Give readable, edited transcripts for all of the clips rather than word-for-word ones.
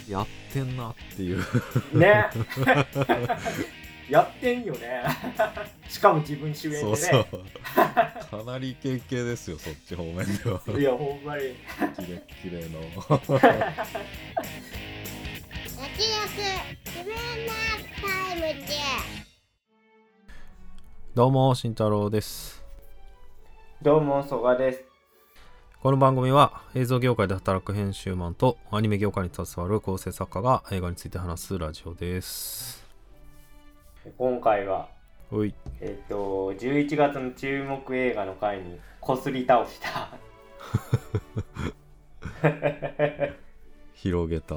やってんなっていうねやってんよねしかも自分主演でね。 そうかなりイケイケですよ、そっち方面では。 いやほんまにキレッキレの自分のタイムでどうも慎太郎です。 どうも曽我です。 この番組は映像業界で働く編集マンとアニメ業界に携わる構成作家が映画について話すラジオです。 今回はおい 11月の注目映画の回にこすり倒した広げた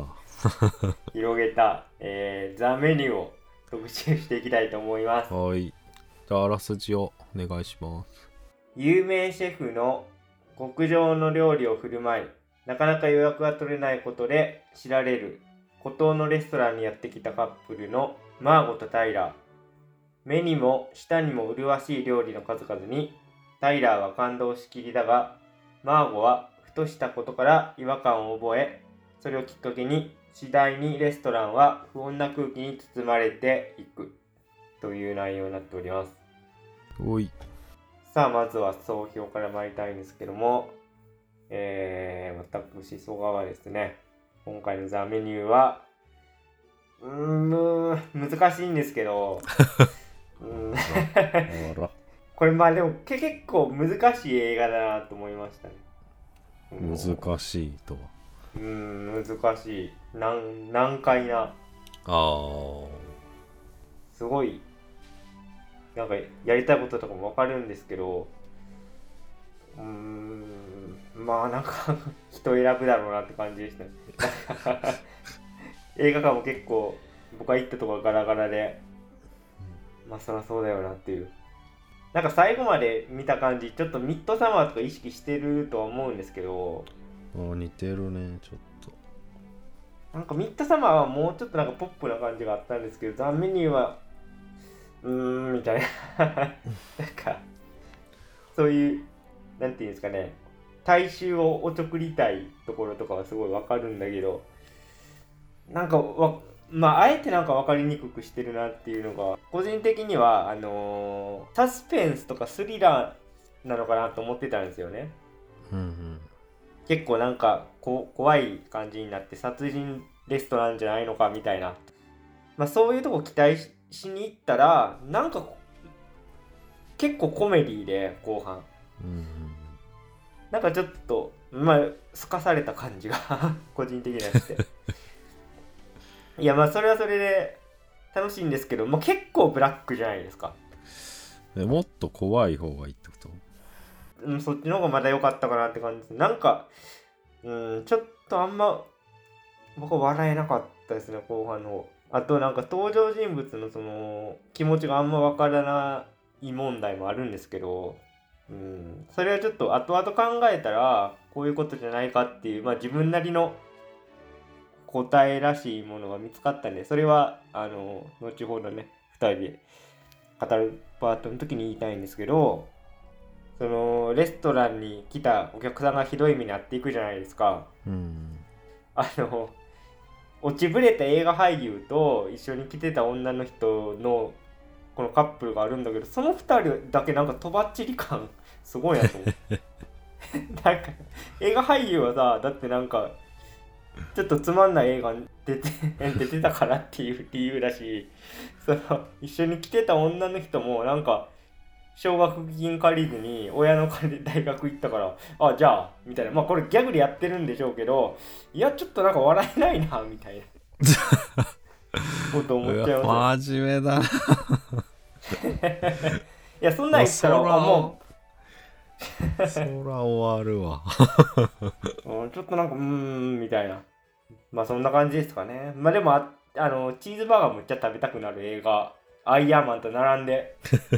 ザ・メニューを特集していきたいと思います。 はい、じゃああらすじをお願いします。 有名シェフの極上の料理を振る舞い、なかなか予約が取れないことで知られる孤島のレストランにやってきたカップルのマーゴとタイラー。目にも舌にも麗しい料理の数々にタイラーは感動しきりだが、マーゴはふとしたことから違和感を覚え、それをきっかけに次第にレストランは不穏な空気に包まれていくという内容になっております。 おい、 さあまずは総評から参りたいんですけども、私曽我はですね、今回のザ・メニューは難しいんですけどこれまあでも結構難しい映画だなと思いましたね。 難しいとは難しい、難解な、すごいなんかやりたいこととかも分かるんですけど、まあなんか人選ぶだろうなって感じでしたね映画館も結構僕が行ったところガラガラで、まあそりゃそうだよなっていう、なんか最後まで見た感じちょっとミッドサマーとか意識してるとは思うんですけど、 似てるね、ちょっと。 なんかミッドサマーはもうちょっとなんかポップな感じがあったんですけど、ザ・メニューはみたいななんかそういうなんていうんですかね、大衆をおちょくりたいところとかはすごいわかるんだけど、なんかあえてなんか分かりにくくしてるなっていうのが個人的にはサスペンスとかスリラーなのかなと思ってたんですよね。結構なんか怖い感じになって殺人レストランじゃないのかみたいな、そういうとこ期待しに行ったらなんか結構コメディで後半、なんかちょっとすかされた感じが個人的にはしていやそれはそれで楽しいんですけど、結構ブラックじゃないですか。 もっと怖い方がいいってこと？ そっちの方がまだ良かったかなって感じです。なんかちょっとあんま僕は笑えなかったですね、後半の方。あとなんか登場人物のその気持ちがあんま分からない問題もあるんですけど、それはちょっと後々考えたらこういうことじゃないかっていう、自分なりの答えらしいものが見つかったんで、それは後ほどね2人で語るパートの時に言いたいんですけど、そのレストランに来たお客さんがひどい目に遭っていくじゃないですか。落ちぶれた映画俳優と一緒に来てた女の人のこのカップルがあるんだけど、その2人だけなんかとばっちり感すごいなと思ってなんか映画俳優はさ、だってなんかちょっとつまんない映画に出てたからっていう理由だし、その一緒に来てた女の人もなんか奨学金借りずに親の金で大学行ったから、じゃあみたいな、これギャグでやってるんでしょうけど、いやちょっとなんか笑えないなみたいなこと思っちゃいます。真面目だないやそんなん言ったらもうそら終わるわちょっとなんかみたいな、そんな感じですかね。でもチーズバーガーむっちゃ食べたくなる映画、アイアンマンと並んで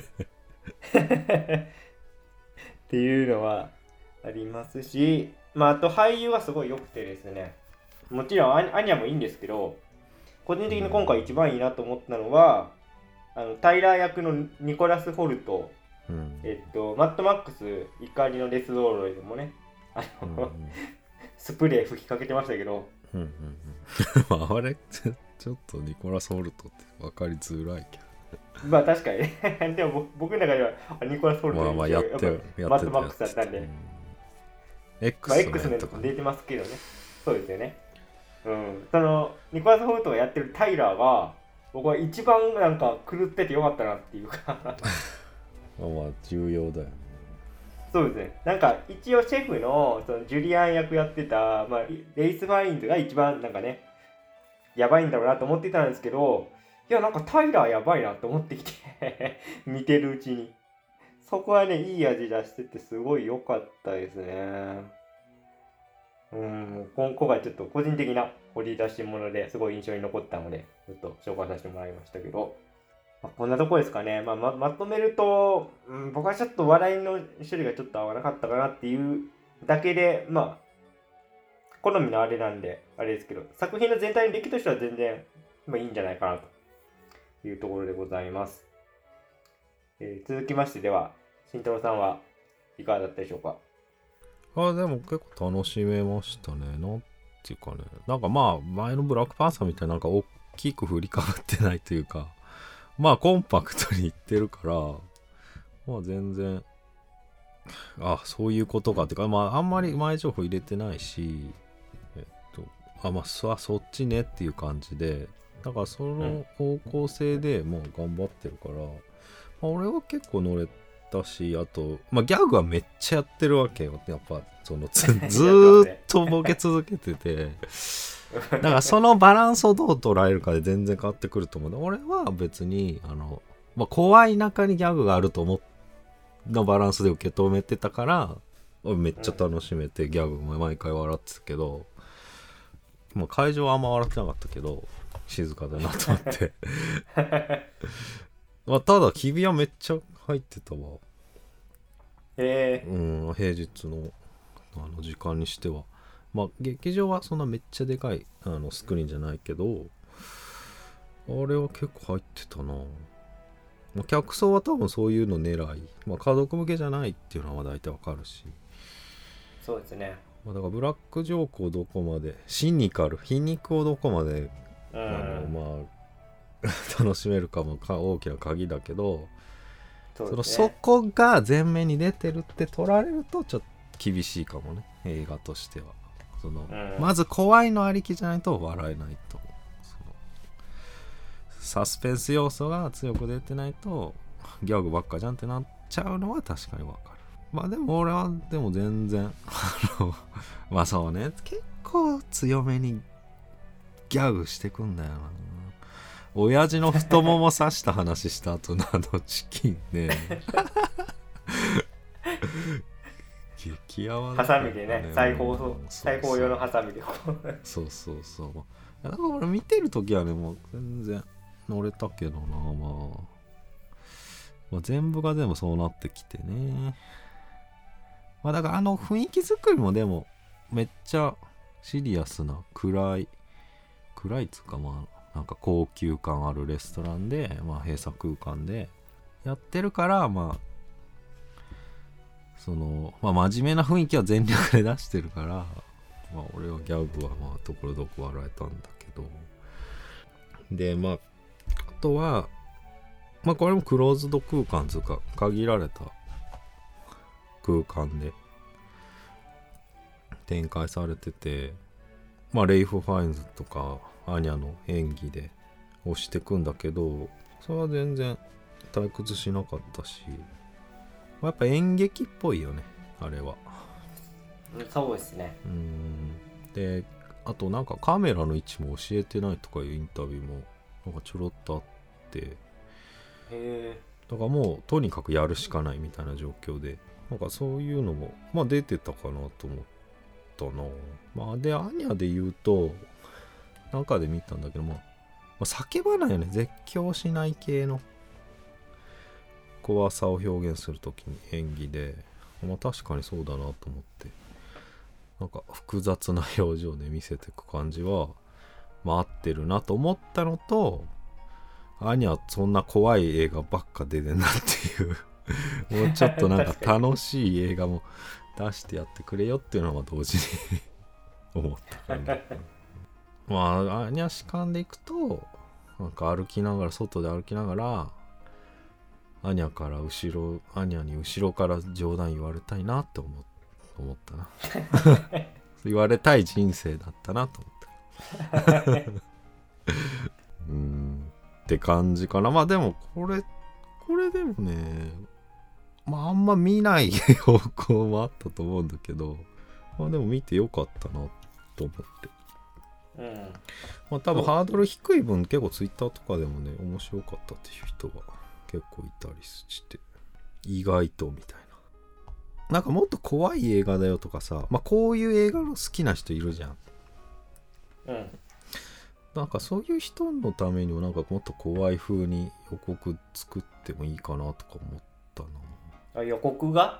っていうのはありますし、あと俳優はすごい良くてですね、もちろんアニャもいいんですけど、個人的に今回一番いいなと思ったのはタイラー役のニコラス・ホルト、マッドマックス怒りのデス道路でもねスプレー吹きかけてましたけど、 まああれちょっとニコラス・ホルトって分かりづらいけどまあ確かにねでも僕の中ではニコラス・ホルトまあまあやってるマッドマックスだったんで、 うん、 まあ X X メンとかとか出てますけどね。そうですよね。うん。そのニコラス・ホルトがやってるタイラーが僕は一番なんか狂っててよかったなっていうかまあ重要だよね。 そうですね。なんか一応シェフのそのジュリアン役やってた、まあ、レイス・ファインズが一番なんかねやばいんだろうなと思ってたんですけど、いやなんかタイラーやばいなと思ってきて見てるうちにそこはねいい味出しててすごい良かったですね。今回ちょっと個人的な掘り出し物ですごい印象に残ったのでちょっと紹介させてもらいましたけど、まあ、こんなとこですかね。まとめると、僕はちょっと笑いの処理がちょっと合わなかったかなっていうだけで、まあ好みのあれなんであれですけど、作品の全体の出来としては全然、まあ、いいんじゃないかなというところでございます。続きましてでは慎太郎さんはいかがだったでしょうか。 でも結構楽しめましたね。なんていうかね、なんかまあ前のブラックパンサーみたいななんか大きく振りかかってないというか、まあコンパクトにいってるから、まあ全然そういうことかっていうか、まああんまり前情報入れてないし、まあそっちねっていう感じで、だからその方向性でもう頑張ってるから、まあ、俺は結構乗れたし、あとまあギャグはめっちゃやってるわけよ。やっぱそのずーっとボケ続けててだからそのバランスをどう捉えるかで全然変わってくると思う。俺は別にまあ、怖い中にギャグがあると思のバランスで受け止めてたからめっちゃ楽しめて、ギャグも毎回笑ってたけど、まあ、会場はあんま笑ってなかったけど静かだなと思ってまあただ日比はめっちゃ入ってたわ。平日の時間にしては、まあ劇場はそんなめっちゃでかいスクリーンじゃないけど、あれは結構入ってたな。まあ、客層は多分そういうの狙い、まあ、家族向けじゃないっていうのは大体わかるし、 そうですね。 まあ、だからブラックジョークをどこまでシニカル皮肉をどこまでまあ楽しめるかも大きな鍵だけど、そこが前面に出てるって取られるとちょっと厳しいかもね、映画としては。まず怖いのありきじゃないと笑えないと。サスペンス要素が強く出てないとギャグばっかじゃんってなっちゃうのは確かにわかる。まあでも俺はでも全然まあそうね、結構強めにギャグしてくんだよな。親父の太もも刺した話した後のチキンね激ヤバだったね。 ハサミでね、裁縫用のハサミでそうだから俺見てるときはねもう全然乗れたけどな、まあ全部がでもそうなってきてね。まあだから雰囲気作りもでもめっちゃシリアスな暗いっつうか、まあなんか高級感あるレストランで、まあ閉鎖空間でやってるから、まあまあ真面目な雰囲気は全力で出してるから、まあ俺はギャグはまあところどこ笑えたんだけど、でまああとはまあこれもクローズド空間つうか限られた空間で展開されてて、まあレイフ・ファインズとかアニャの演技で押してくんだけど、それは全然退屈しなかったし、やっぱ演劇っぽいよねあれは。 そうですね。 であとなんかカメラの位置も教えてないとかいうインタビューもなんかちょろっとあって、だからもうとにかくやるしかないみたいな状況で、なんかそういうのもまあ出てたかなと思ったな。まあでアニャで言うとなんかで見たんだけど、まあ叫ばないよね、絶叫しない系の怖さを表現するときに演技で、まあ確かにそうだなと思って、なんか複雑な表情で見せていく感じはまあ合ってるなと思ったのと、アニャそんな怖い映画ばっか出てんなっていうもうちょっとなんか楽しい映画も出してやってくれよっていうのは同時に思った感じまあアーニャ主観でいくとなんか外で歩きながらアーニャに後ろから冗談言われたいなって思ったな言われたい人生だったなと思ったって感じかな。まあでもこれでもね、まああんま見ない方向もあったと思うんだけど、まあでも見てよかったなと思って、まあ多分ハードル低い分結構ツイッターとかでもね面白かったっていう人が結構いたりして意外とみたいな、なんかもっと怖い映画だよとかさ、まあこういう映画の好きな人いるじゃん。なんかそういう人のためにもなんかもっと怖い風に予告作ってもいいかなとか思ったな。 予告が？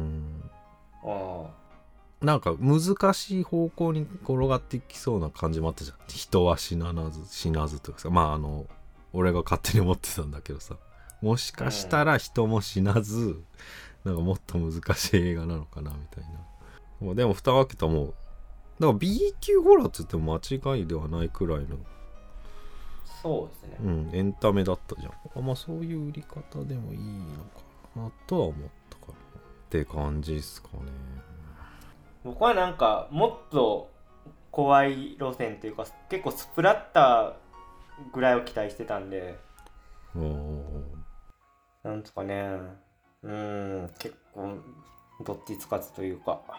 なんか難しい方向に転がっていきそうな感じもあったじゃん。人は死なずとかさ、まあ俺が勝手に思ってたんだけどさ、もしかしたら人も死なず、なんかもっと難しい映画なのかなみたいな。でも蓋を開けたもうだから B 級ホラーって言っても間違いではないくらいの、 そうですね、 エンタメだったじゃん。まあそういう売り方でもいいのかなとは思ったかなって感じですかね。 僕はなんかもっと怖い路線というか結構スプラッターぐらいを期待してたんで、なんとかね、結構どっちつかずというか、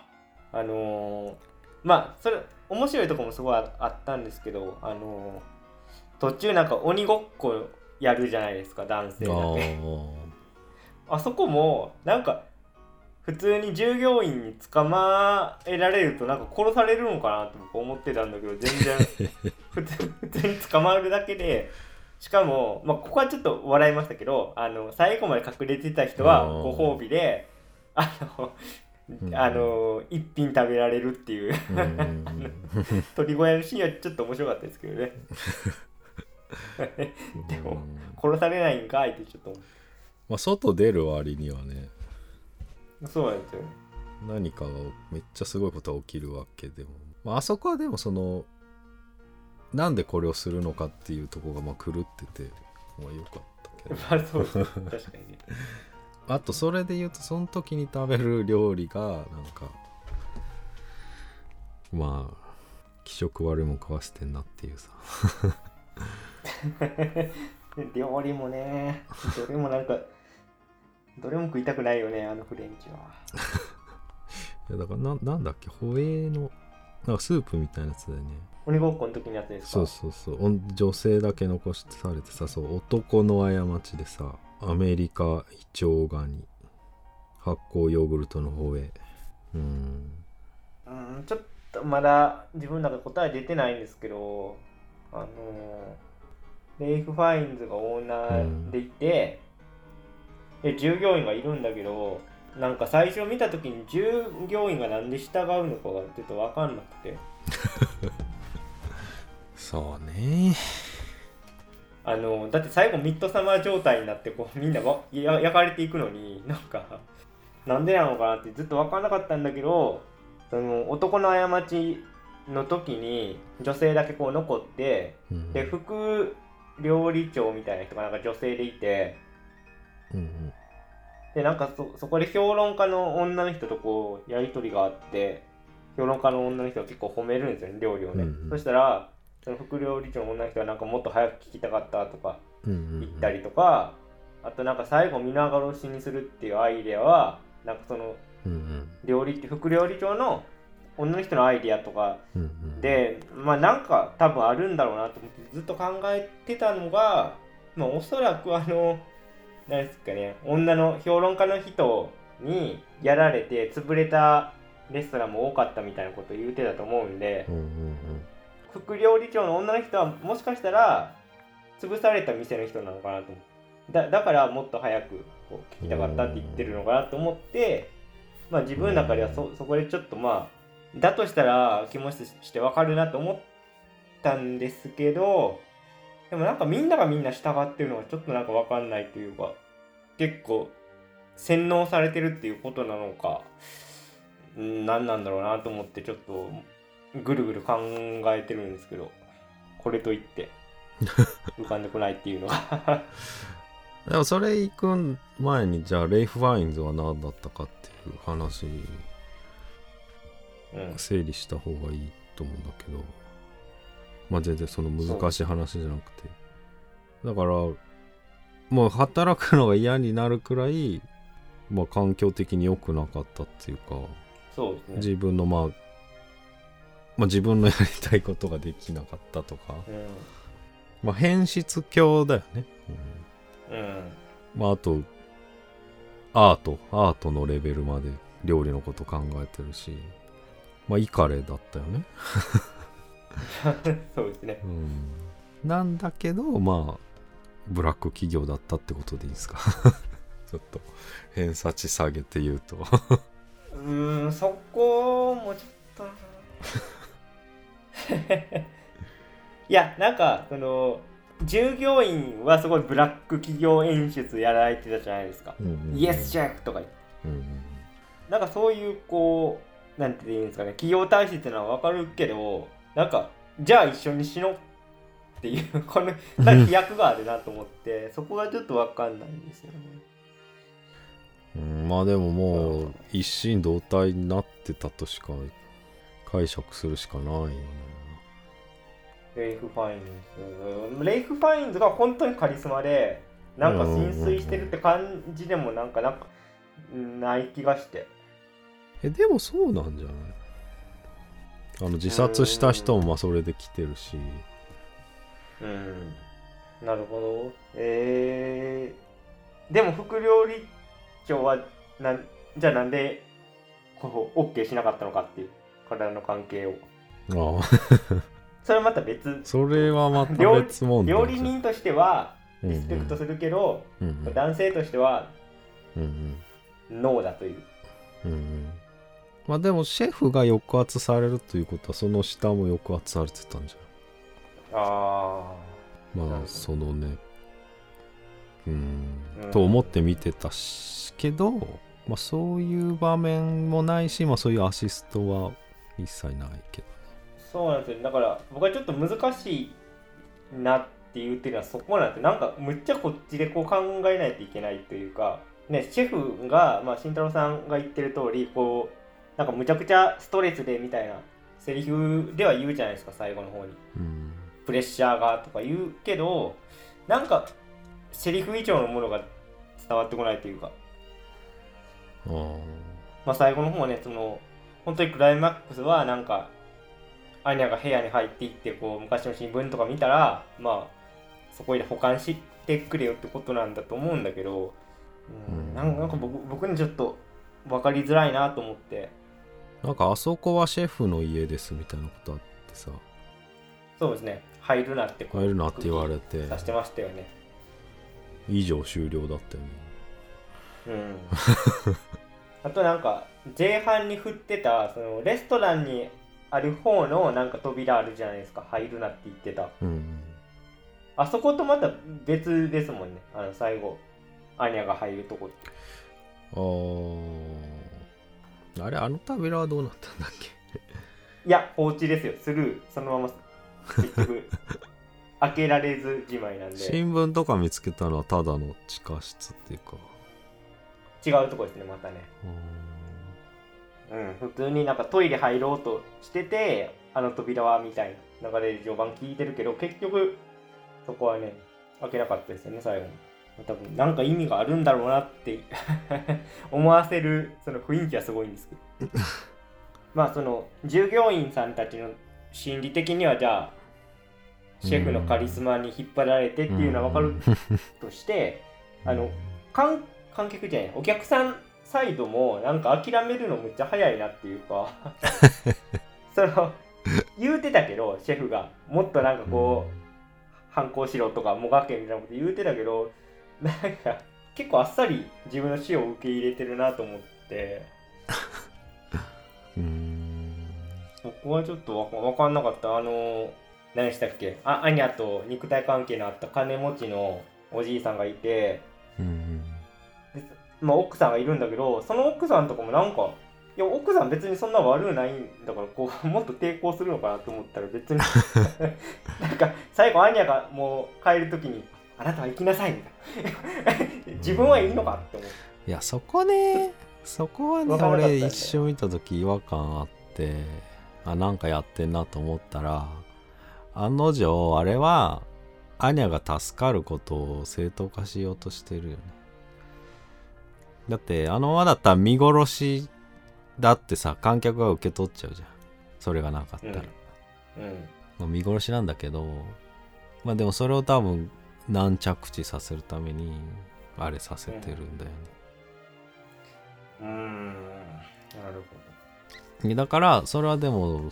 まあそれ面白いとこもすごいあったんですけど、途中なんか鬼ごっこやるじゃないですか、男性だけあそこもなんか普通に従業員に捕まえられるとなんか殺されるのかなと僕思ってたんだけど、全然普通に捕まるだけで、しかも、まあ、ここはちょっと笑いましたけど、最後まで隠れてた人はご褒美で一品食べられるっていう鳥小屋のシーンはちょっと面白かったですけどねでも殺されないんかいってちょっと、 まあ外出る割にはね、 そうなんですよね。 何かがめっちゃすごいことが起きるわけでも、まあ、あそこはでもそのなんでこれをするのかっていうところがまあ狂ってて、まあ良かったけどまあそうですね、確かにね。 あとそれで言うとその時に食べる料理がなんかまあ気色悪いもん食わしてんなっていうさ料理もね、どれもなんかどれも食いたくないよね、あのフレンチは。 いやだからなんだっけ、ホエーのなんかスープみたいなやつだよね。 鬼ごっこの時のやつですか？ そう女性だけ残してされてさ、そう男の過ちでさ、アメリカイチョウガニ、発酵ヨーグルトのホエー、 ちょっとまだ自分の中で答え出てないんですけど、レイフ・ファインズがオーナーでいて、従業員がいるんだけど、なんか最初見た時に従業員がなんで従うのかがちょっと分かんなくてそうね、 だって最後ミッドサマー状態になってこうみんな焼かれていくのに、なんかなんでなのかなってずっと分かんなかったんだけど、その男の過ちの時に女性だけこう残って、で副料理長みたいな人がなんか女性でいて、でなんかそこで評論家の女の人とこうやり取りがあって、評論家の女の人が結構褒めるんですよね、料理をね。そしたらその副料理長の女の人はなんかもっと早く聞きたかったとか言ったりとか、あとなんか最後皆殺しにするっていうアイデアはなんかその副料理長の女の人のアイデアとかで、まあなんか多分あるんだろうなと思ってずっと考えてたのが、まあおそらく何ですかね、女の評論家の人にやられて潰れたレストランも多かったみたいなことを言うてたと思うんで、副料理長の女の人はもしかしたら潰された店の人なのかなと思って、だからもっと早くこう聞きたかったって言ってるのかなと思って、まあ自分の中ではそこでちょっとまあだとしたら気持ちとしてわかるなと思ったんですけど、でもなんかみんながみんな従ってるのがちょっとなんかわかんないというか、結構洗脳されてるっていうことなのか、何なんだろうなと思ってちょっとぐるぐる考えてるんですけど。 これといって浮かんでこないっていうのがでもそれ行く前にじゃあレイフ・ファインズは何だったかっていう話、整理した方がいいと思うんだけど、まあ全然その難しい話じゃなくて、だからもう働くのが嫌になるくらい、まあ環境的に良くなかったっていうか、 そうですね、 自分のまあ自分のやりたいことができなかったとか、まあ変質狂だよね。まああとアートのレベルまで料理のこと考えてるし、まあイカレだったよね。 そうですね、 なんだけどまあブラック企業だったってことでいいですか？ちょっと偏差値下げて言うとそこもちょっといやなんかその従業員はすごいブラック企業演出やられてたじゃないですか、イエスシェフとか言って、なんかそういうこうなんて言うんですかね、企業体制っていうのは分かるけど、なんかじゃあ一緒に死のうっていうこの飛躍があるなと思ってそこがちょっと分かんないんですよね。 まあでももう一心同体になってたとしか解釈するしかないよね。 レイフ・ファインズ、レイフ・ファインズが本当にカリスマでなんか浸水してるって感じでもなんかない気がして。 でもそうなんじゃない？自殺した人もまあそれで来てるし。 なるほど。でも副料理長はじゃあなんでこう OK しなかったのかっていう体の関係を。それはまた別。 それはまた別問題。 料理人としてはリスペクトするけど、男性としてはノーだという。 まあでもシェフが抑圧されるということはその下も抑圧されてたんじゃない？まあそのねと思って見てたしけど、まあそういう場面もないし、まあそういうアシストは一切ないけどね。 そうなんですよ。だから僕はちょっと難しいなって言ってるのはそこなんて、なんかむっちゃこっちでこう考えないといけないというかね、シェフがまあ慎太郎さんが言ってる通りこうなんかむちゃくちゃストレスでみたいなセリフでは言うじゃないですか、最後の方に、プレッシャーがとか言うけど、なんかセリフ以上のものが伝わってこないというか、まあ最後の方ね、その本当にクライマックスはなんかアニャが部屋に入っていってこう昔の新聞とか見たら、まあそこで保管してくれよってことなんだと思うんだけど、なんか僕にちょっと分かりづらいなと思って。 なんかあそこはシェフの家ですみたいなことあってさ。 そうですね、入るなって言われてさしてましたよね。 以上終了だったよね。 あとなんか前半に振ってたそのレストランにある方のなんか扉あるじゃないですか、入るなって言ってた、あそことまた別ですもんね、最後アニャが入るとこって。 あれ、あの扉はどうなったんだっけ？ いや放置ですよ、スルー、そのまま結局開けられずじまいなんで。 新聞とか見つけたのはただの地下室っていうか違うとこですね、またね。普通になんかトイレ入ろうとしてて、あの扉はみたいな流れで序盤聞いてるけど、結局そこはね開けなかったですよね、最後に。多分なんか意味があるんだろうなって思わせるその雰囲気はすごいんですけどまあその従業員さんたちの心理的にはじゃあシェフのカリスマに引っ張られてっていうのは分かるとして観客じゃないお客さんサイドもなんか諦めるのめっちゃ早いなっていうかその言うてたけどシェフがもっとなんかこう反抗しろとかもがけみたいなこと言うてたけど、なんか結構あっさり自分の死を受け入れてるなと思ってそこはちょっと分かんなかった。何でしたっけ、アニャと肉体関係のあった金持ちのおじいさんがいて、でまあ、奥さんがいるんだけど、その奥さんとかもなんかや奥さん別にそんな悪ないんだからこうもっと抵抗するのかなと思ったら別になんか最後アニャがもう帰るときにあなたは行きなさいみたいな自分はいいのかって思う。 いやそこはね俺一瞬見た時違和感あって、なんかやってんなと思ったら、案の定あれはアニャが助かることを正当化しようとしてるよね。だってあのままだったら見殺しだってさ、観客が受け取っちゃうじゃん、それがなかったら。もう見殺しなんだけど、まあでもそれを多分難着地させるためにあれさせてるんだよね。 なるほど。 だからそれはでも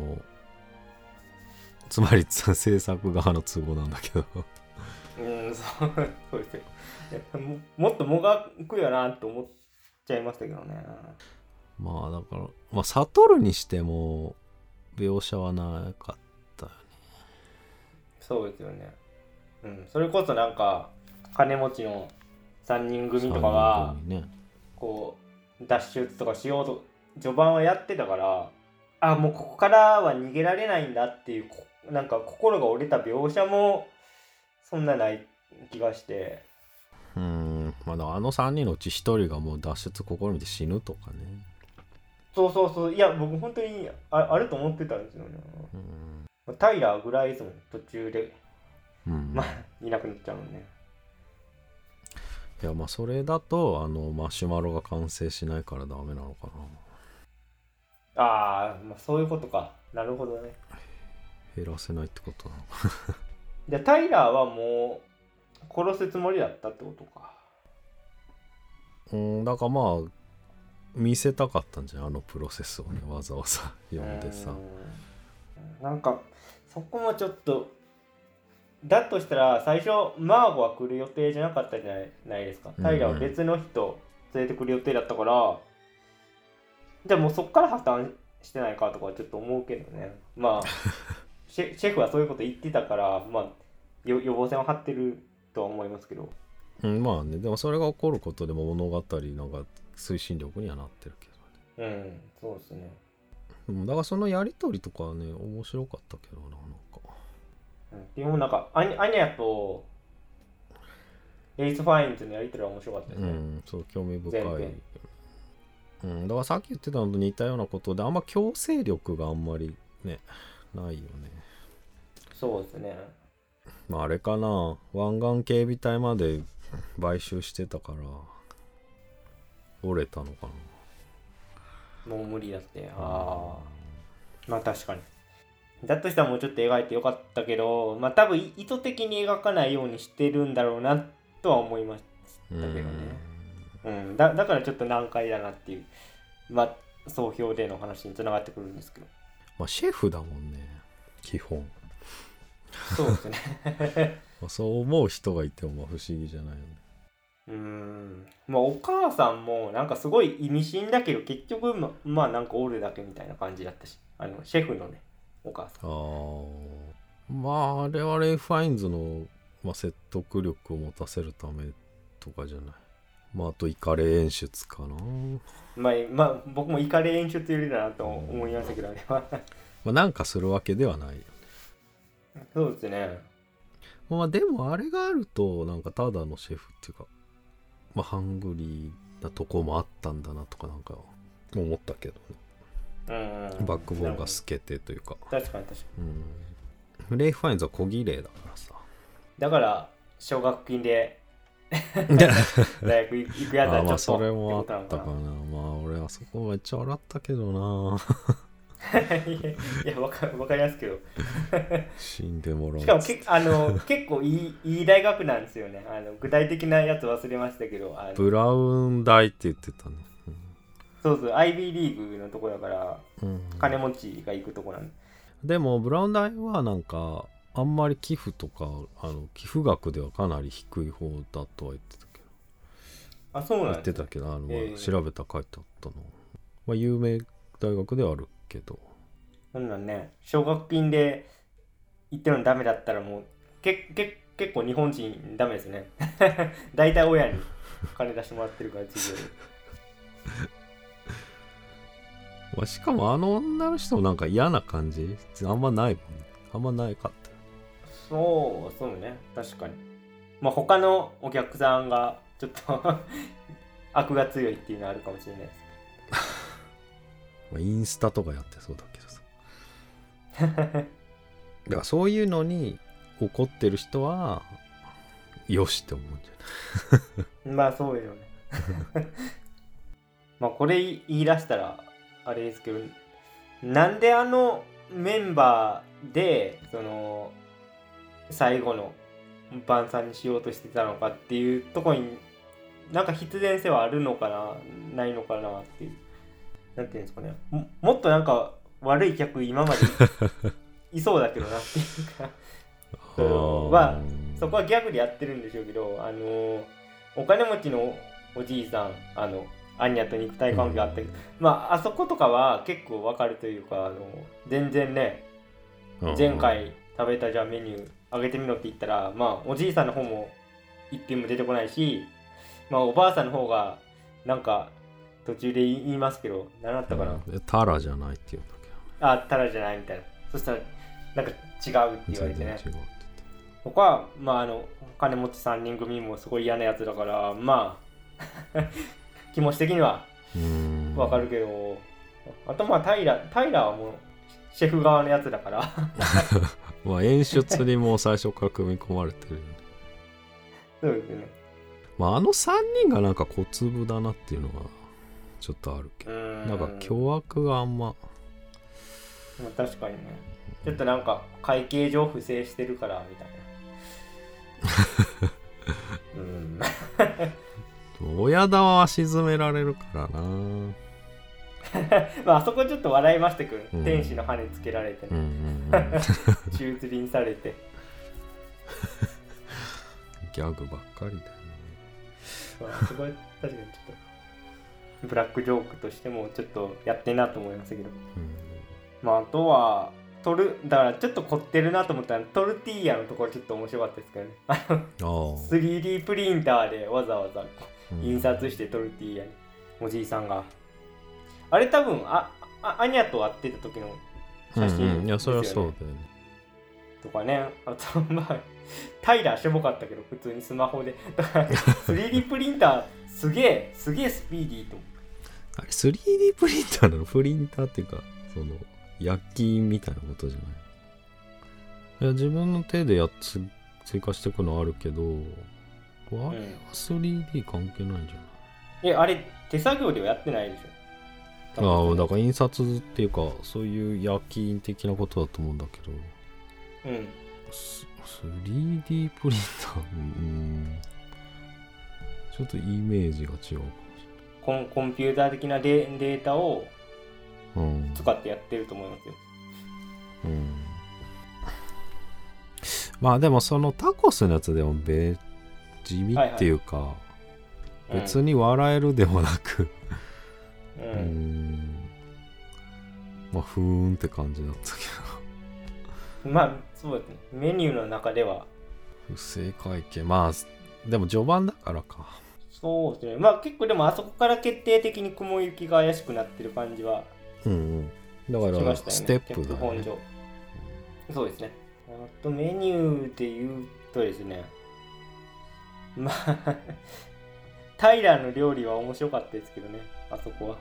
つまり制作側の都合なんだけどそうですよ。もっともがくよなと思っちゃいましたけどね。 まあだから悟るにしても描写はなかったよね。 そうですよね。それこそなんか金持ちの3人組とかがこう脱出とかしようと序盤はやってたから、もうここからは逃げられないんだっていうなんか心が折れた描写もそんなない気がして、 まだあの3人のうち1人がもう脱出試みて死ぬとかね。 そういや僕本当にあると思ってたんですよね。タイラーぐらいですもん途中で、いなくなっちゃうもんね。 いやそれだとマシュマロが完成しないからダメなのかな。そういうことか。なるほどね。 減らせないってことなのかじゃあタイラーはもう殺すつもりだったってことか。 だから見せたかったんじゃん、あのプロセスをね、わざわざ読んでさ。 なんかそこもちょっとだとしたら最初マーゴは来る予定じゃなかったじゃないですか。タイラーは別の人連れてくる予定だったから、じゃあもうそっから破綻してないかとかちょっと思うけどね。シェフはそういうこと言ってたから予防線を張ってるとは思いますけど。 でもそれが起こることでも物語なんか推進力にはなってるけどね。そうですね。 だからそのやりとりとかはね面白かったけどな、なんか。 でもなんかアニャとエイス・ファインズのやりとりは面白かったですね。 そう興味深い。だからさっき言ってたのと似たようなことで、あんま強制力があんまりねないよね。 そうですね。 あれかな、湾岸警備隊まで買収してたから折れたのかな。もう無理だって。確かに。だとしたらもうちょっと描いてよかったけど、多分意図的に描かないようにしてるんだろうなとは思いましたけどね。だからちょっと難解だなっていう、総評での話につながってくるんですけど。 シェフだもんね基本。 そうですねそう思う人がいても不思議じゃないよね。 お母さんもなんかすごい意味深だけど結局なんかおるだけみたいな感じだったし、シェフのねお母さん。 あれはレイ・ファインズの、説得力を持たせるためとかじゃない。あとイカレ演出かな。 僕もイカレ演出よりだなと思いましたけど、あれはなんかするわけではないよね。 そうですね。 でもあれがあるとなんかただのシェフっていうかハングリーなとこもあったんだなとかなんか思ったけどね。バックボーンが透けてというか。 確かに。 レイ・ファインズは小綺麗だからさ。 だから奨学金で大学行くやつはちょっとそれもあったかな。俺はそこめっちゃ笑ったけどないやわかりますけど死んでもらう。 しかも結構いい大学なんですよね。具体的なやつ忘れましたけど、 ブラウン大って言ってたね。 そう、アイビーリーグのとこだから、金持ちが行くとこなんでもブラウン大はなんかあんまり寄付とか寄付額ではかなり低い方だとは言ってたけど。 そうなん言ってたけど調べた書いてあったの。有名大学ではあるけど。 そんなんね、奨学金で行ってるのダメだったらもう結構日本人ダメですね大体親に金出してもらってるから授業でまあ、しかもあの女の人もなんか嫌な感じあんまないもんね。あんまないかったよ。 そうね、確かに。まあ他のお客さんがちょっと悪が強いっていうのはあるかもしれないです。 まあ、インスタとかやってそうだけどさ。だからそういうのに怒ってる人はよしって思うんじゃない？ まあそうよね。まあこれ言い出したらあれですけど、なんであのメンバーでその最後の晩餐にしようとしてたのかっていうところになんか必然性はあるのかなないのかなっていう、なんていうんですかね、もっとなんか悪い客今までいそうだけどなっていうかまあそこはギャグでやってるんでしょうけど、お金持ちのおじいさんアンニャと肉体関係があったけど、まああそことかは結構わかるというか、全然ね、前回食べたじゃあメニューあげてみろって言ったら、まあおじいさんの方も一品も出てこないし、まあおばあさんの方がなんか途中で言いますけど、何だったかな、 タラじゃないっていうんだけど、 あ、タラじゃないみたいな。そしたらなんか違うって言われてね。 全然違うって言って僕はまあ金持ち3人組もすごい嫌なやつだから、まあ気持ち的にはわかるけど、あとまあタイラはもうシェフ側のやつだからまあ演出にもう最初から組み込まれてるよね。 そうですね。 まああの3人がなんか小粒だなっていうのはちょっとあるけど、なんか凶悪があんま、 確かにね、ちょっとなんか会計上不正してるからみたいな親玉は沈められるからなまああそこちょっと笑いましたけど、天使の羽つけられてね、宙吊りにされてギャグばっかりだよね。 すごい確かにちょっとブラックジョークとしてもちょっとやってんなと思いましたけど、まああとはだからちょっと凝ってるなと思ったらトルティーヤのところちょっと面白かったですけどね3D プリンターでわざわざ印刷してトルティーヤにおじいさんがあれ多分アニャと会ってた時の写真ですよね、 いやそれはそうだよねとかね。あとまあタイラーしょぼかったけど普通にスマホでだから 3D プリンターすげえスピーディーと思う。 あれ 3D プリンターなの？プリンターっていうかその薬品みたいなことじゃない？いや自分の手で追加していくのあるけど、あれは 3D 関係ないんじゃない？ あれ手作業ではやってないでしょ。ああだから印刷っていうかそういう薬品的なことだと思うんだけど、3D プリンターちょっとイメージが違うかもしれない。 コンピューター的なデータを使ってやってると思いますよ。 まあでもそのタコスのやつでも地味っていうか、別に笑えるでもなくまあふーんって感じだったけどまあそうですね、メニューの中では不正会計、まあでも序盤だからか。 そうですね、まあ結構でもあそこから決定的に雲行きが怪しくなってる感じはだからステップだね。 そうですね。あとメニューで言うとですね、まあタイラーの料理は面白かったですけどね、あそこは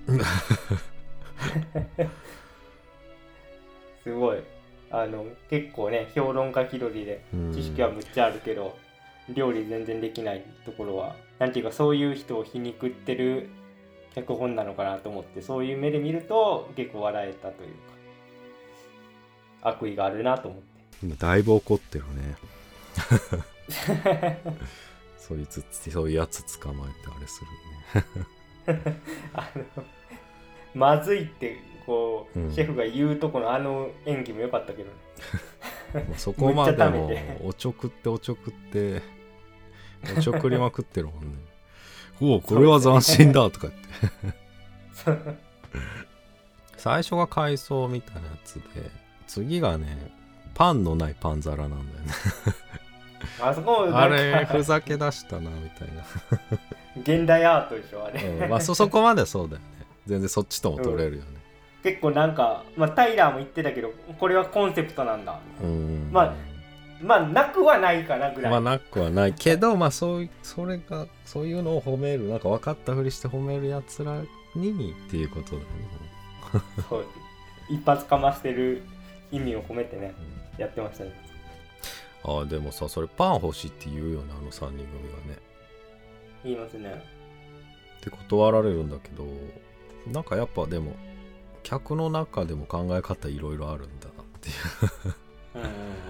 すごい結構ね評論家気取りで知識はむっちゃあるけど、料理全然できないところはなんていうかそういう人を皮肉ってる脚本なのかなと思って、そういう目で見ると結構笑えたというか悪意があるなと思って。 今だいぶ怒ってるねそういうやつ捕まえてあれするねまずいってこう、シェフが言うとこの演技も良かったけどねそこまでもおちょくっておちょくりまくってるもんねおおこれは斬新だとか言って最初が海藻みたいなやつで、次がねパンのないパン皿なんだよねあそこもあれふざけ出したなみたいな現代アートでしょあれ、 まあそこまでそうだよね。全然そっちとも取れるよね、 結構なんか、まあ、タイラーも言ってたけどこれはコンセプトなんだ。まあなくはないかなぐらい。 まあなくはないけど、まあそういうのを褒める、なんか分かったふりして褒めるやつらにっていうことだね。 そう一発かましてる意味を込めてね、やってましたね。 ああでもさ、それパン欲しいって言うよね、あの3人組がね。 言いますね。 って断られるんだけど、なんかやっぱでも客の中でも考え方いろいろあるんだなっていう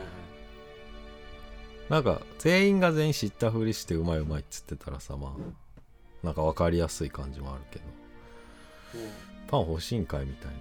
なんか全員が全員知ったふりしてうまいうまいっつってたらさ、まあなんか分かりやすい感じもあるけど、パン欲しいんかいみたい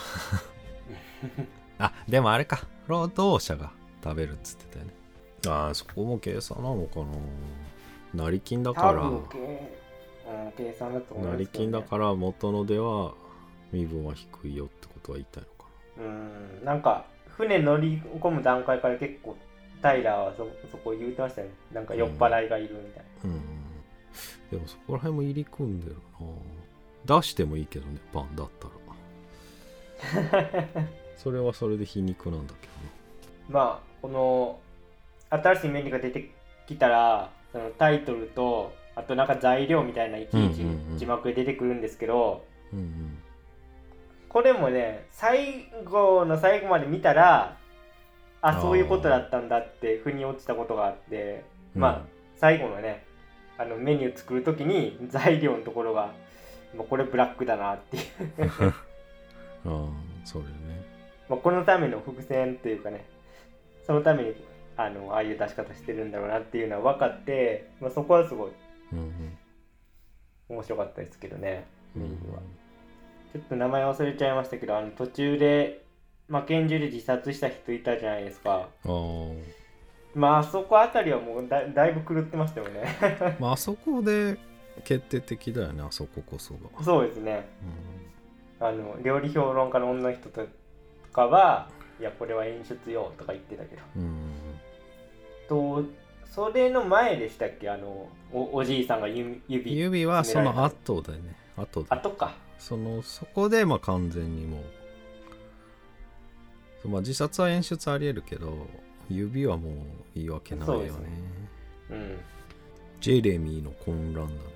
なあ、でもあれか、労働者が食べるっつってたよね。ああ、そこも計算なのかな。成金だから計算だと思いますけどね。 成金だから元のでは身分は低いよってことは言いたいのかな。なんか船乗り込む段階から結構タイラーはそこ言うてましたね。なんか酔っ払いがいるみたいな。 でもそこら辺も入り組んでるな。出してもいいけどね、パンだったらそれはそれで皮肉なんだけどね。 まあこの新しいメニューが出てきたら、そのタイトルとあとなんか材料みたいないちいち字幕で出てくるんですけど、これもね最後の最後まで見たら、あ、そういうことだったんだって腑に落ちたことがあって、まあ最後のねメニュー作るときに材料のところがもうこれブラックだなっていうそうだよね。 まあこのための伏線というかね、そのためにああいう出し方してるんだろうなっていうのは分かって、まあ、そこはすごい面白かったですけどね、メニューは。ちょっと名前忘れちゃいましたけど、途中で拳銃で自殺した人いたじゃないですか。まああそこあたりはもうだいぶ狂ってましたよねまああそこで決定的だよね、あそここそが。 そうですね、料理評論家の女の人とかはいやこれは演出よとか言ってたけど、それの前でしたっけ、おじいさんが指はその後だよね。後か。 そこで完全にもう、自殺は演出ありえるけど指はもう言い訳ないよね。ジェレミーの混乱だね。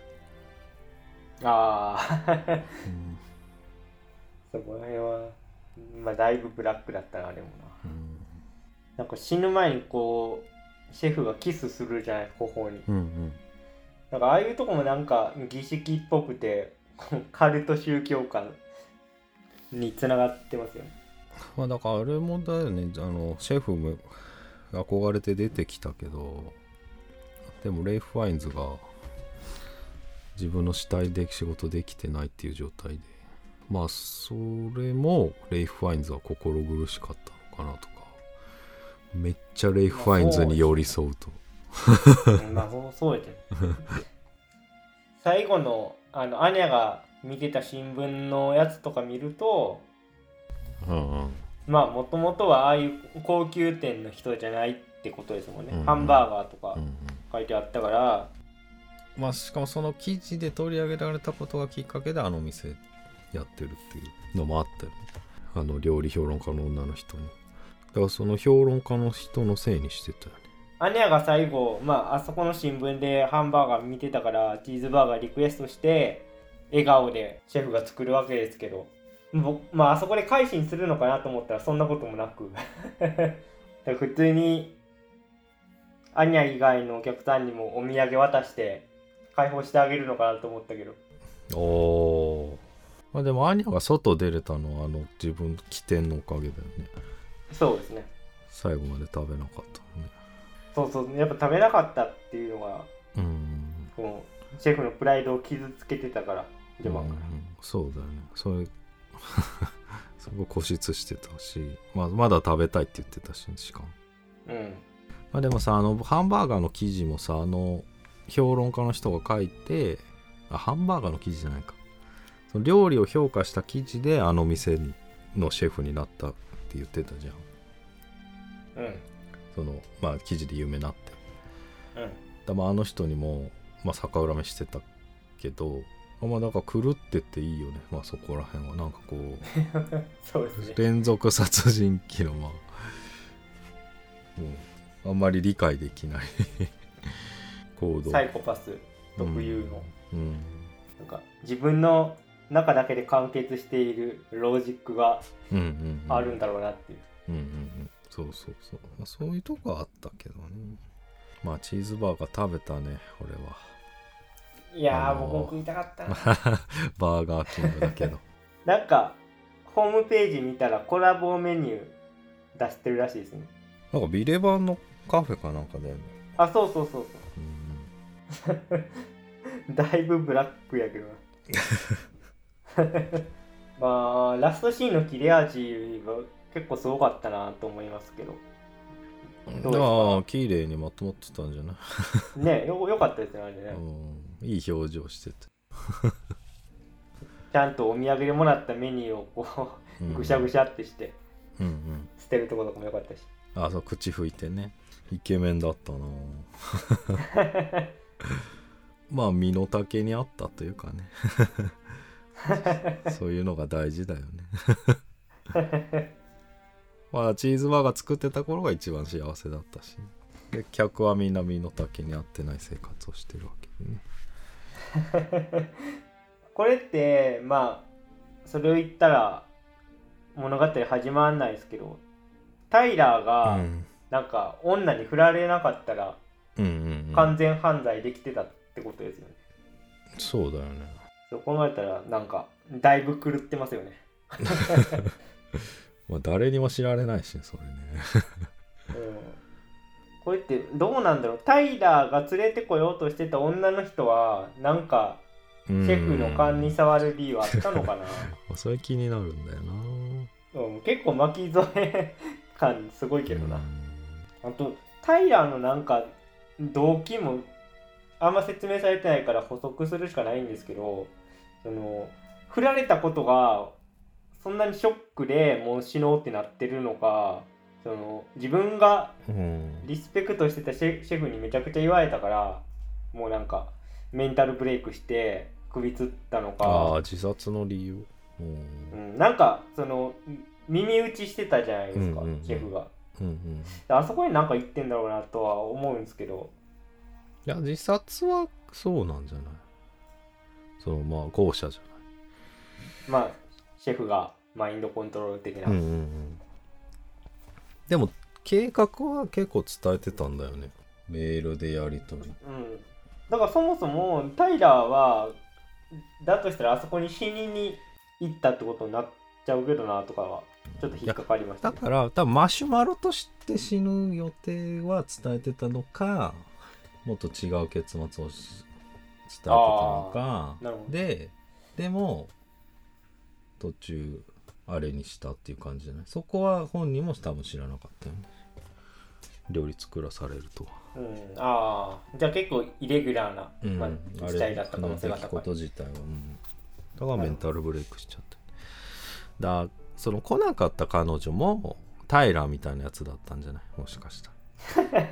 そこら辺はだいぶブラックだったな。でもなんか死ぬ前にこうシェフがキスするじゃない、頬に。なんかああいうとこもなんか儀式っぽくてカルト宗教観につながってますよね。 だからあれもだよね、シェフも憧れて出てきたけど、でもレイフ・ファインズが自分の死体で仕事できてないっていう状態で、それもレイフ・ファインズは心苦しかったのかなとか、めっちゃレイフ・ファインズに寄り添うとそうやね最後のアニャが見てた新聞のやつとか見ると、もともとはああいう高級店の人じゃないってことですもんね。ハンバーガーとか書いてあったから、 しかもその記事で取り上げられたことがきっかけであの店やってるっていうのもあったよね、料理評論家の女の人に。だからその評論家の人のせいにしてたよね。 アニャが最後、あそこの新聞でハンバーガー見てたからチーズバーガーリクエストして笑顔でシェフが作るわけですけど、あそこで改心するのかなと思ったらそんなこともなくだ普通にアニャ以外のお客さんにもお土産渡して解放してあげるのかなと思ったけど、 でもアニャが外出れたのは自分起点のおかげだよね。 そうですね。 最後まで食べなかったのね。 そうやっぱ食べなかったっていうのがこうシェフのプライドを傷つけてたから、 そうだよね。それすごい固執してたし、まだ食べたいって言ってたし、しかもでもさ、ハンバーガーの記事もさ、評論家の人が書いて、ハンバーガーの記事じゃないか、その料理を評価した記事で店のシェフになったって言ってたじゃん。その記事で有名になって、あの人にも逆恨みしてたけど、 まあだから狂ってっていいよね。まあそこら辺はなんかこうそうですね。 連続殺人鬼のまあもうあんまり理解できない行動。 サイコパス特有の、 うんなんか自分の中だけで完結しているロジックがうんうんうんあるんだろうなっていう。 うんうんうん、そうそうそう、まあ、そういうとこあったけどね。まあチーズバーガー食べたね俺は。 いやー、僕も食いたかったな。 バーガーキングだけどなんかホームページ見たらコラボメニュー出してるらしいですね。 なんかビレバンのカフェかなんかだよね。 あ、そうそうそううんそうだいぶブラックやけどなまあラストシーンの切れ味が結構すごかったなと思いますけど、どうですか？ ああ綺麗にまとまってたんじゃないね、よかったですねあれね。 いい表情しててちゃんとお土産でもらったメニューをこうぐしゃぐしゃってしてうんうん捨てるところとかもよかったし、 あそう口拭いてねイケメンだったなまあ身の丈にあったというかねそういうのが大事だよねまあチーズバーガー作ってた頃が一番幸せだったし、で客はみんな身の丈に合ってない生活をしてるわけでねこれってまあそれを言ったら物語始まらないですけど、タイラーがなんか女に振られなかったら完全犯罪できてたってことですよね。 そうだよね。 そう考えたらなんかだいぶ狂ってますよねまあ誰にも知られないしそれねこれってどうなんだろう。タイラーが連れてこようとしてた女の人はなんかシェフの勘に触る理由あったのかなそれ気になるんだよな。 結構巻き添え感すごいけどな。あとタイラーのなんか動機もあんま説明されてないから補足するしかないんですけど、その振られたことがそんなにショックでもう死のうってなってるのか、その自分がリスペクトしてたシェフにめちゃくちゃ言われたからもうなんかメンタルブレイクして首つったのか。 ああ自殺の理由、 なんかその耳打ちしてたじゃないですか、シェフが、あそこになんか言ってんだろうなとは思うんですけど。 いや自殺はそうなんじゃない。そのまあ後者じゃない。 まあシェフがマインドコントロール的な、 でも計画は結構伝えてたんだよね、メールでやり取り。 だからそもそもタイラーはだとしたらあそこに死にに行ったってことになっちゃうけどなとかはちょっと引っかかりました、 だから多分マシュマロとして死ぬ予定は伝えてたのか、もっと違う結末を伝えてたのかでも途中あれにしたっていう感じじゃない。そこは本人も多分知らなかったよね、料理作らされるとは。 じゃあ結構イレギュラーな、事態だった可能性が高い。 こと自体は、だからメンタルブレイクしちゃった。だその来なかった彼女もタイラーみたいなやつだったんじゃない、もしかしたら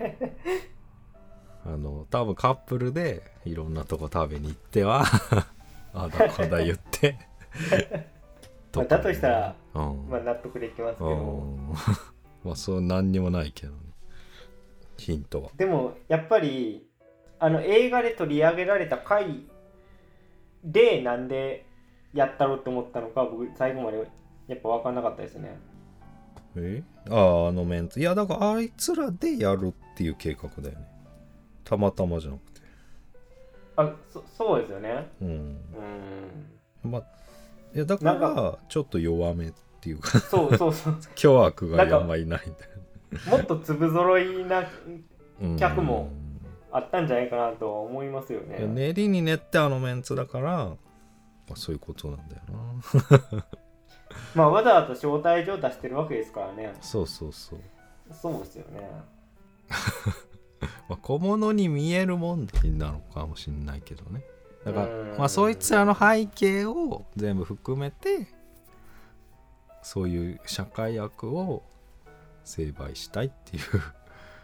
多分カップルでいろんなとこ食べに行ってはあだこだ言ってだとしたら、納得できますけどまあそう何にもないけどね、ヒントは。 でもやっぱり映画で取り上げられた回でなんでやったろうと思ったのか僕最後までやっぱ分かんなかったですね。 あのメンツ、いやだからあいつらでやるっていう計画だよね、たまたまじゃなくて。 そうですよね。 まあいやだからちょっと弱めっていうかそう巨悪があんまいないんだよもっと粒揃いな客もあったんじゃないかなとは思いますよね。 練りに練ってあのメンツだから、そういうことなんだよなまあわざわざ招待状出してるわけですからね。 そうですよね小物に見える問題なのかもしれないけどね。だからそいつらの背景を全部含めてそういう社会悪を成敗したいっていう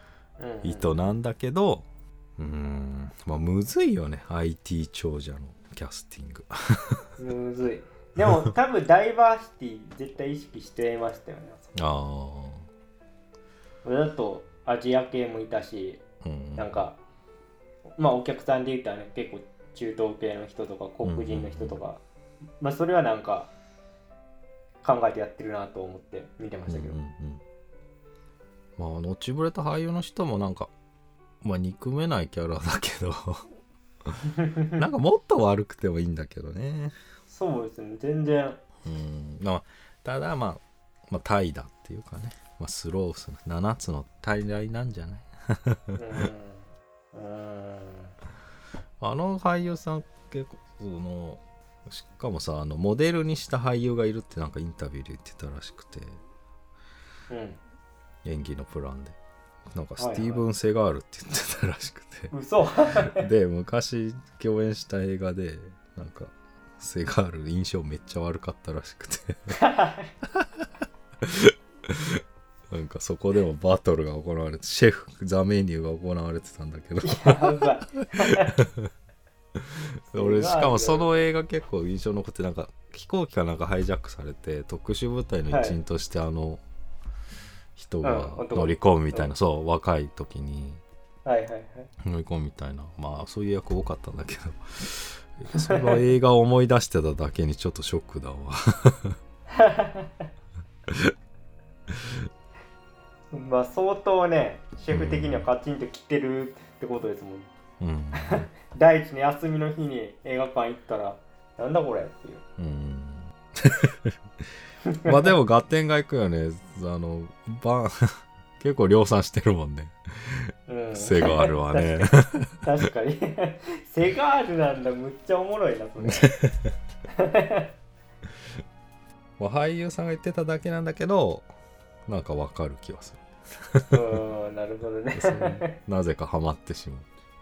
意図なんだけど、まあむずいよね IT 長者のキャスティングむずい。でも多分ダイバーシティ絶対意識してましたよね。 あだとアジア系もいたし、なんかまあお客さんで言ったらね、結構中東系の人とか黒人の人とか、まあそれはなんか考えてやってるなと思って見てましたけど、 まあ落ちぶれた俳優の人もなんかまあ憎めないキャラだけどなんかもっと悪くてもいいんだけどね。 そうですね、全然。 ただまあタイだっていうかね、まあ、スロース7つの大概なんじゃないあの俳優さん結構しかもさモデルにした俳優がいるってなんかインタビューで言ってたらしくて、演技のプランでなんかスティーブン・セガールって言ってたらしくて、 嘘で昔共演した映画でなんかセガール印象めっちゃ悪かったらしくてなんかそこでもバトルが行われてシェフザメニューが行われてたんだけど俺しかもその映画結構印象残ってなんか飛行機かなんかハイジャックされて特殊部隊の一員として人が乗り込むみたいな、そう若い時に乗り込むみたいな、まあそういう役多かったんだけどその映画を思い出してただけにちょっとショックだわまあ相当ねシェフ的にはカチンと切ってるってことですもん、第一の休みの日に映画館行ったらなんだこれっていうまあでも合点がいくよね。結構量産してるもんね、セガールはね確かにセガールなんだ、むっちゃおもろいなそれまあ俳優さんが言ってただけなんだけどなんかわかる気がするなるほどねなぜかハマってしまう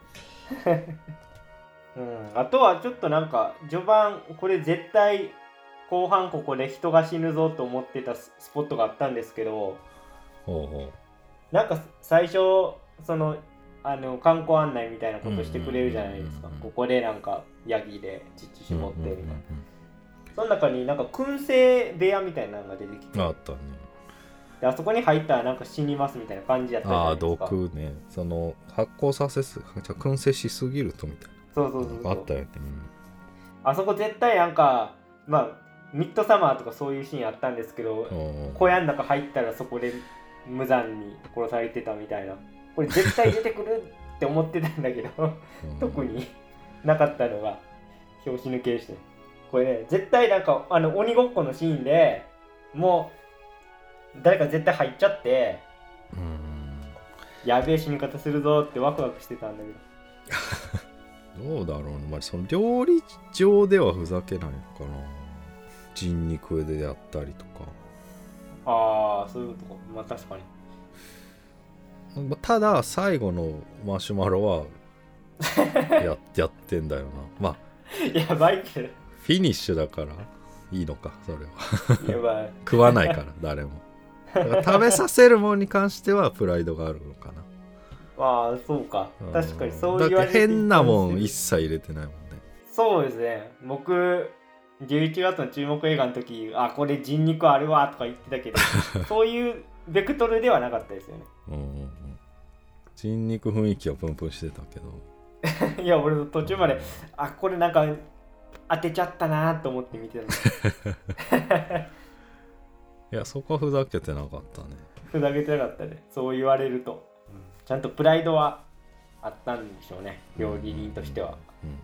あとはちょっとなんか序盤これ絶対後半ここで人が死ぬぞと思ってたスポットがあったんですけど、なんか最初その観光案内みたいなことしてくれるじゃないですか。ここでなんかヤギで乳絞ってみたいな、その中になんか燻製部屋みたいなのが出てきて、 あったね。 であそこに入ったらなんか死にますみたいな感じやったじゃないですか。 毒ね、その発酵させす燻製しすぎるとみたいな。 そうあったよね、 あそこ絶対なんかまあミッドサマーとかそういうシーンあったんですけど、小屋の中入ったらそこで無残に殺されてたみたいな、これ絶対出てくるって思ってたんだけど特になかったのが拍子抜けして、これね絶対なんか鬼ごっこのシーンでもう誰か絶対入っちゃって、やべえ死に方するぞってワクワクしてたんだけどどうだろうね、まあ、その料理上ではふざけないのかな、人肉であったりとか。 ああそういうことか、まあ確かに。ただ最後のマシュマロはやってんだよな。まあやばいけどフィニッシュだからいいのかそれはやばい食わないから誰もだから食べさせるものに関してはプライドがあるのかな。 ああそうか、確かにそう言われて、 だって変なもん一切入れてないもんね。 そうですね、僕11月の注目映画の時これ人肉あるわとか言ってたけどそういうベクトルではなかったですよね人肉雰囲気はプンプンしてたけどいや俺途中までこれなんか当てちゃったなと思って見てたいやそこはふざけてなかったね。 ふざけてなかったね、そう言われると、ちゃんとプライドはあったんでしょうね、料理人としては。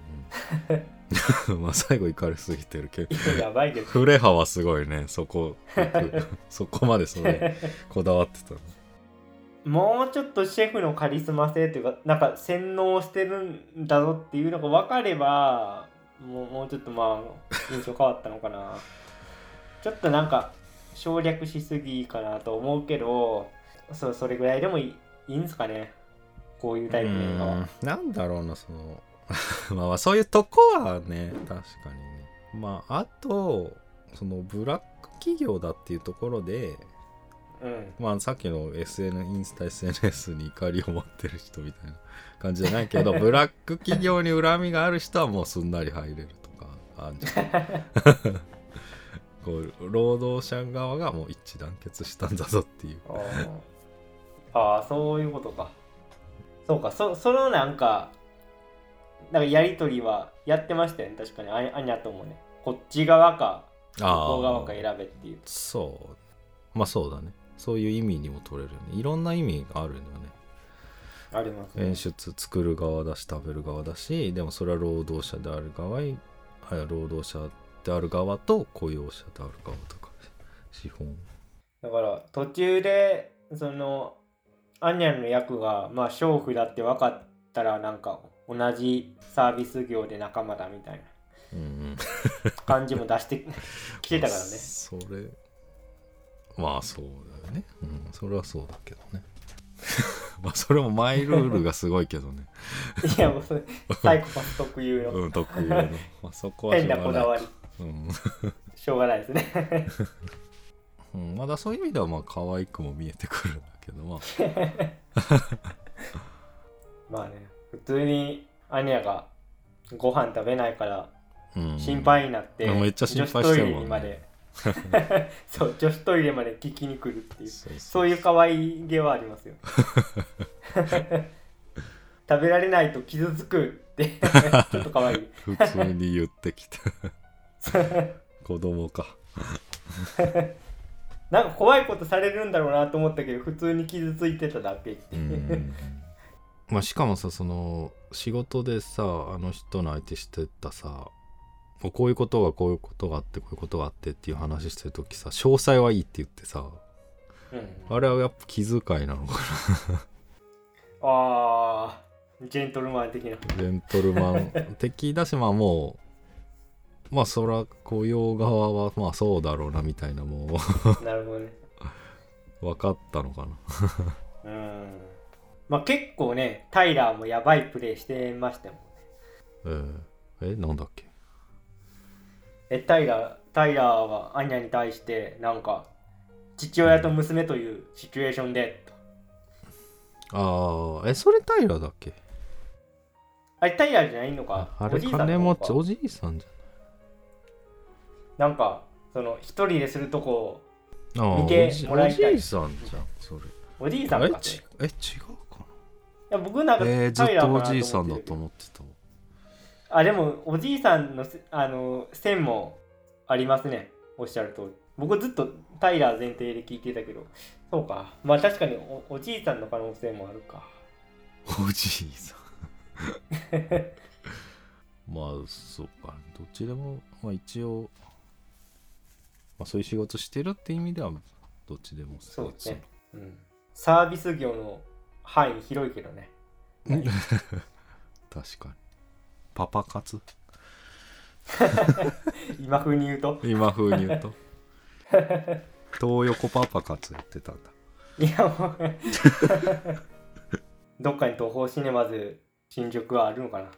まあ最後怒りすぎてるけどやばいけどフレハはすごいね、そこまでそれこだわってたのもうちょっとシェフのカリスマ性というかなんか洗脳してるんだぞっていうのが分かればもうちょっとまあ印象変わったのかなちょっとなんか省略しすぎかなと思うけど、それぐらいでもいいんですかね、こういうタイプの映画は。 なんだろうな、そのまあそういうとこはね確かにね。まああとそのブラック企業だっていうところで、まあさっきのインスタ SNS に怒りを持ってる人みたいな感じじゃないけどブラック企業に恨みがある人はもうすんなり入れるとあんじゃんこう労働者側がもう一致団結したんだぞっていうああ、そういうことか。そうか、そのなんかやりとりはやってましたよね。確かにアニャともね、こっち側か向こう側か選べっていう。 そうまあそうだね。そういう意味にも取れるよね。いろんな意味があるんだよね。 ありますね。 演出作る側だし食べる側だし、でもそれは労働者である側労働者である側と雇用者である側とか資本だから途中でそのアニャの役がまあ娼婦だって分かったらなんか同じサービス業で仲間だみたいな感じも出してきてたからねそれまあそうだよね、それはそうだけどねまあそれもマイルールがすごいけどねいやもうそれサイコパス特有の、 特有の、まあ、そこはしょうがない変なこだわり、しょうがないですねまだそういう意味ではまあ可愛くも見えてくるんだけどまあまあね、普通にアニャがご飯食べないから心配になって、 めっちゃ心配してるもんねそう女子トイレまで聞きに来るっていう、そういう可愛げはありますよ食べられないと傷つくってちょっと可愛い普通に言ってきた子供かなんか怖いことされるんだろうなと思ったけど普通に傷ついてただけまあしかもさ、その仕事でさあの人の相手してたさ、こういうことがあってこういうことがあってっていう話してるときさ、詳細はいいって言ってさ、あれはやっぱ気遣いなのかなあージェントルマン的な。 ジェントルマン的だし、まあもうまあそら雇用側はまあそうだろうなみたいな、もうなるほどね分かったのかなまあ結構ねタイラーもやばいプレーしてましたもんね。なんだっけ。 タイラーはアニャに対してなんか父親と娘というシチュエーションでそれタイラーだっけ。 あれタイラーじゃないのか。 あれ金持ちおじいさんじゃない。なんかその一人でするとこ見てもらいたい。おじいさんじゃんそれ。 おじいさんか。 違うかな。いや僕なんかずっとおじいさんだと思ってた。 でもおじいさんの線もありますね。おっしゃる通り。僕ずっとタイラー前提で聞いてたけど、そうか。まあ確かに おじいさんの可能性もあるか。 おじいさんまあそうか、どっちでもまあ一応、まあ、そういう仕事してるって意味ではどっちでもそうですね、サービス業の範囲広いけどね確かにパパ活今風に言うと東横パパ活やってたんだ。 いやもうどっかに東宝シネマズ新宿はあるのかな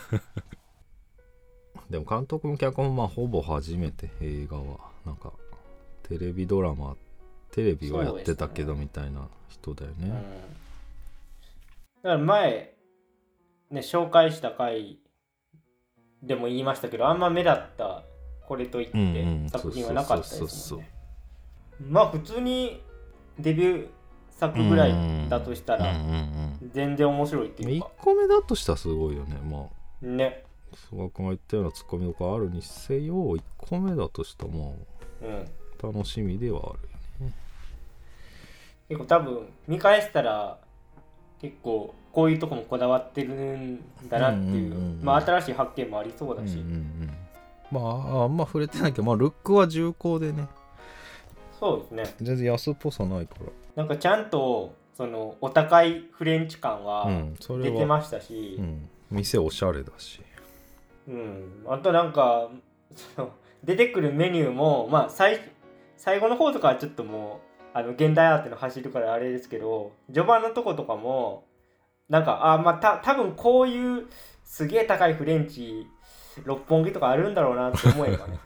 でも監督も脚本もまあほぼ初めて。映画はなんかテレビドラマテレビはやってたけどみたいな人だよね。 だから前ね紹介した回でも言いましたけど、あんま目立ったこれといって作品はなかったですもんね。まあ普通にデビュー作ぐらいだとしたら全然面白いっていうか、 1個目だとしたらすごいよね。まあね、 菅君が言ったようなツッコミとかあるにせよ1個目だとしたらまあ楽しみではあるよね。 結構多分見返したら結構こういうとこもこだわってるんだなっていう、まあ新しい発見もありそうだし、 まああんま触れてないけど、まあルックは重厚でね。 そうですね。 全然安っぽさないから。 なんかちゃんとそのお高いフレンチ感は出てましたし、 店おしゃれだし、 あとなんかその出てくるメニューもまあ最後の方とかはちょっともう現代アートの走るからあれですけど、序盤のとことかもなんかまあ多分こういうすげえ高いフレンチ六本木とかあるんだろうなって思えばね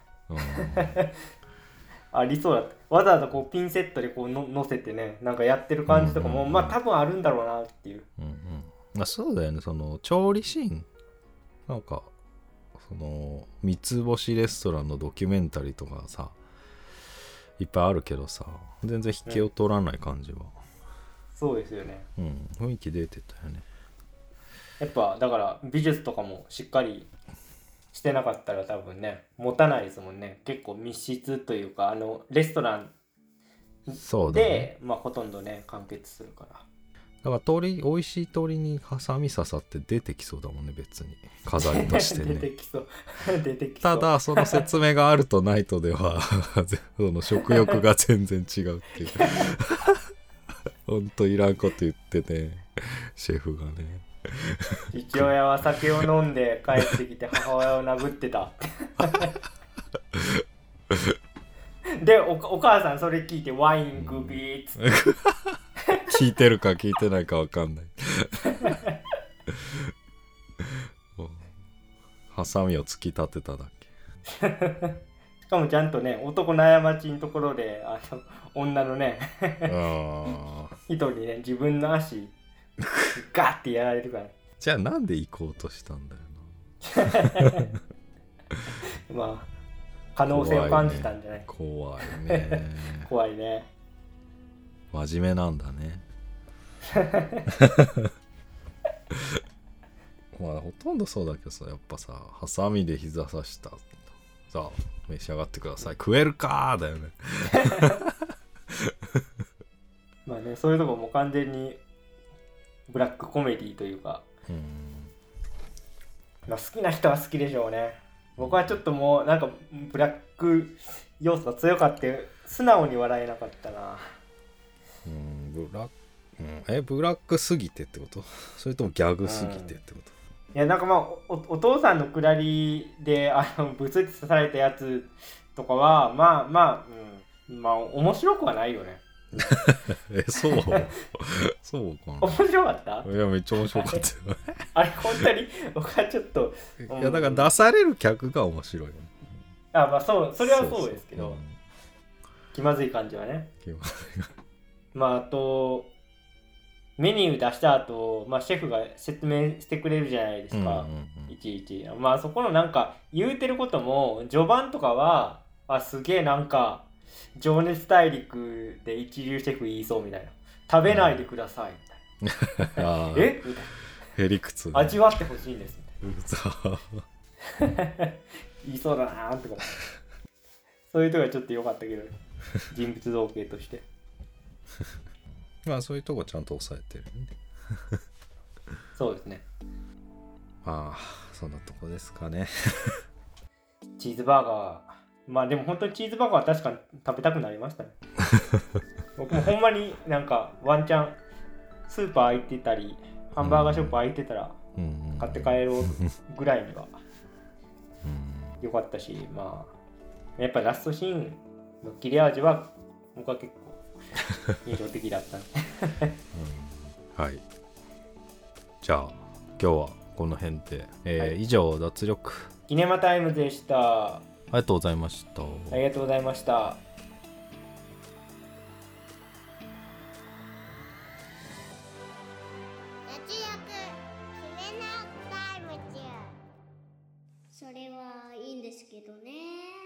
ありそうだった。わざわざこうピンセットでこう乗せてねなんかやってる感じとかも、まあ多分あるんだろうなっていう。 まあそうだよね。その調理シーンなんかその三つ星レストランのドキュメンタリーとかさいっぱいあるけどさ、全然引けを取らない感じは、 そうですよね。 雰囲気出てたよね。 やっぱだから美術とかもしっかりしてなかったら多分ね持たないですもんね。結構密室というかレストランそうだね。 で、まあほとんどね完結するから。 だから美味しい鶏にハサミ刺さって出てきそうだもんね、別に飾りとしてね。 出てきそう出てきそう。 ただその説明があるとないとではその食欲が全然違うっていうほんといらんこと言ってね、シェフがね。 父親は酒を飲んで帰ってきて母親を殴ってたで お母さんそれ聞いてワイングビーッつって聞いてるか聞いてないか分かんないハサミを突き立てただけしかもちゃんとね男の過ちのところで女のね人にね自分の足ガッてやられるから。 じゃあなんで行こうとしたんだよなまあ可能性を感じたんじゃない。 怖いね怖いね。 真面目なんだねまあほとんどそうだけどさ、やっぱさハサミで膝刺したさあ召し上がってください食えるかーだよねまあねそういうとこも完全にブラックコメディというか、まあ、好きな人は好きでしょうね。僕はちょっともうなんかブラック要素が強かって素直に笑えなかったな。 ブラックすぎてってこと？それともギャグすぎてってこと？ いやなんかまあ お父さんのくだりでブツッと刺されたやつとかはまあ面白くはないよねそうそうかな。 面白かった？ いやめっちゃ面白かったよあれ本当に僕はちょっと、 いやだから出される客が面白いよね。 まあそうそれはそうですけど、 そう気まずい感じはね。 気まずいまああとメニュー出した後、まあ、シェフが説明してくれるじゃないですか、いちいち。まあそこのなんか言うてることも序盤とかはすげえなんか情熱大陸で一流シェフ言いそうみたいな。食べないでくださいみたいなえみたいへりくつ、ね、 な。味わってほしいんですみたいな言いそうだなーとかそういうとこはちょっと良かったけど人物造形としてまあそういうとこちゃんと抑えてるねそうですね。 まあそんなとこですかねチーズバーガー、まあでも本当にチーズバーガーは確かに食べたくなりましたね僕もほんまになんかワンチャンスーパー空いてたりハンバーガーショップ空いてたら買って帰ろうぐらいには良かったし、まあやっぱラストシーンの切れ味は僕は結構印象的だったんではいじゃあ今日はこの辺で、はい、以上脱力キネマタイムでした。 ありがとうございました。 ありがとうございました。 それはいいんですけどね。